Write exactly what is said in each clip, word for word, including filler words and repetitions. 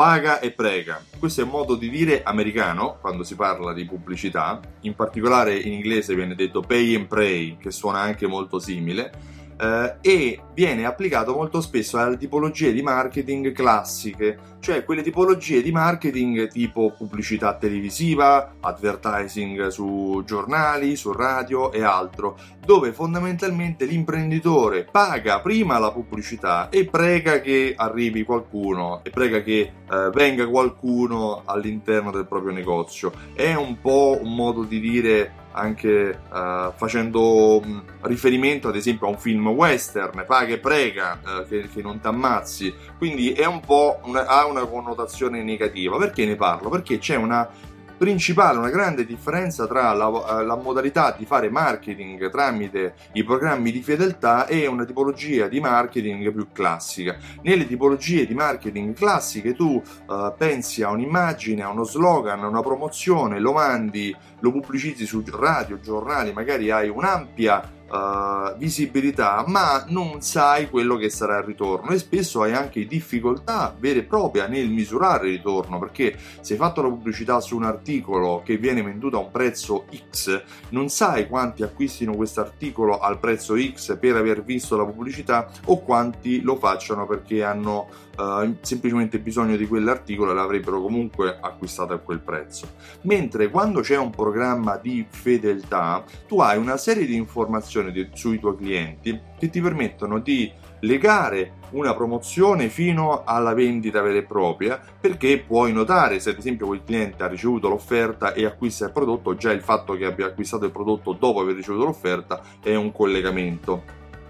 Paga e prega. Questo è un modo di dire americano quando si parla di pubblicità, in particolare in inglese viene detto pay and pray, che suona anche molto simile, eh, e viene applicato molto spesso alle tipologie di marketing classiche, cioè quelle tipologie di marketing tipo pubblicità televisiva, advertising su giornali, su radio e altro, dove fondamentalmente l'imprenditore paga prima la pubblicità e prega che arrivi qualcuno e prega che eh, venga qualcuno all'interno del proprio negozio. È un po' un modo di dire anche uh, facendo um, riferimento ad esempio a un film western, paga e prega, uh, che, che non t'ammazzi, quindi è un po' una, ha una connotazione negativa. Perché ne parlo? Perché c'è una principale, una grande differenza tra la, la modalità di fare marketing tramite i programmi di fedeltà e una tipologia di marketing più classica. Nelle tipologie di marketing classiche tu uh, pensi a un'immagine, a uno slogan, a una promozione, lo mandi, lo pubblicizzi su radio, giornali, magari hai un'ampia Uh, visibilità, ma non sai quello che sarà il ritorno e spesso hai anche difficoltà vere e proprie nel misurare il ritorno, perché se hai fatto la pubblicità su un articolo che viene venduto a un prezzo X, non sai quanti acquistino questo articolo al prezzo X per aver visto la pubblicità o quanti lo facciano perché hanno uh, semplicemente bisogno di quell'articolo e l'avrebbero comunque acquistato a quel prezzo. Mentre quando c'è un programma di fedeltà tu hai una serie di informazioni Di, sui tuoi clienti che ti permettono di legare una promozione fino alla vendita vera e propria, perché puoi notare se ad esempio quel cliente ha ricevuto l'offerta e acquista il prodotto, già il fatto che abbia acquistato il prodotto dopo aver ricevuto l'offerta è un collegamento.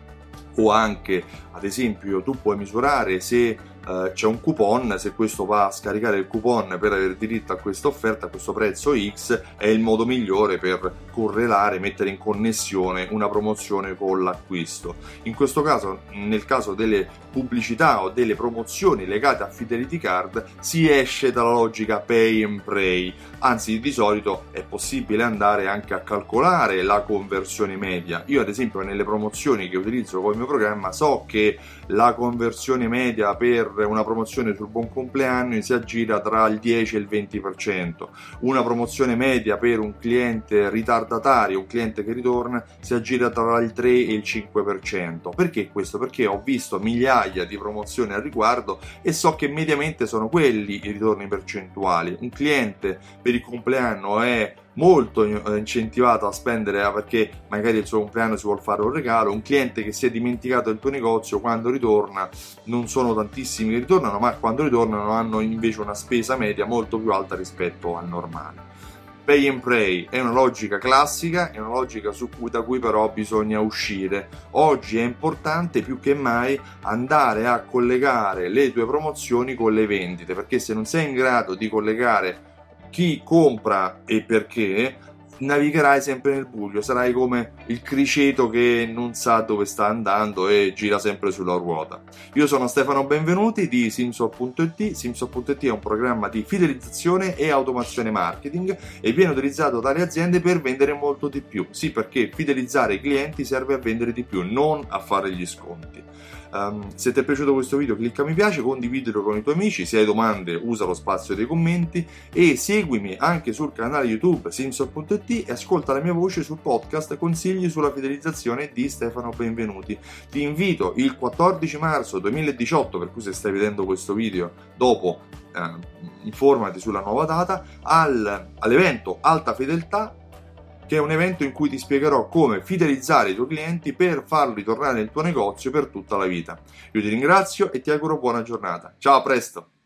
O anche ad esempio tu puoi misurare se Uh, c'è un coupon, se questo va a scaricare il coupon per avere diritto a questa offerta a questo prezzo X, è il modo migliore per correlare, mettere in connessione una promozione con l'acquisto. In questo caso, nel caso delle pubblicità o delle promozioni legate a Fidelity Card, si esce dalla logica pay and pray, anzi di solito è possibile andare anche a calcolare la conversione media. Io ad esempio nelle promozioni che utilizzo con il mio programma so che la conversione media per una promozione sul buon compleanno si aggira tra il dieci e il venti per cento, una promozione media per un cliente ritardatario, un cliente che ritorna, si aggira tra il tre e il cinque per cento. Perché questo? Perché ho visto migliaia di promozioni al riguardo e so che mediamente sono quelli i ritorni percentuali. Un cliente per il compleanno è molto incentivato a spendere perché magari il suo compleanno si vuol fare un regalo. Un cliente che si è dimenticato del tuo negozio, quando ritorna non sono tantissimi che ritornano, ma quando ritornano hanno invece una spesa media molto più alta rispetto al normale. Pay and pray è una logica classica, è una logica su cui, da cui però bisogna uscire. Oggi è importante più che mai andare a collegare le tue promozioni con le vendite, perché se non sei in grado di collegare chi compra e perché, navigherai sempre nel buio, sarai come il criceto che non sa dove sta andando e gira sempre sulla ruota. Io sono Stefano Benvenuti di Simsol punto it. Simsol punto it è un programma di fidelizzazione e automazione marketing e viene utilizzato dalle aziende per vendere molto di più. Sì, perché fidelizzare i clienti serve a vendere di più, non a fare gli sconti. Um, se ti è piaciuto questo video clicca mi piace, condividilo con i tuoi amici, se hai domande usa lo spazio dei commenti e seguimi anche sul canale YouTube Simsol punto it e ascolta la mia voce sul podcast Consigli sulla fidelizzazione di Stefano Benvenuti. Ti invito il quattordici marzo duemiladiciotto, per cui se stai vedendo questo video dopo eh, informati sulla nuova data, al, all'evento Alta Fedeltà, che è un evento in cui ti spiegherò come fidelizzare i tuoi clienti per farli tornare nel tuo negozio per tutta la vita. Io ti ringrazio e ti auguro buona giornata. Ciao, a presto!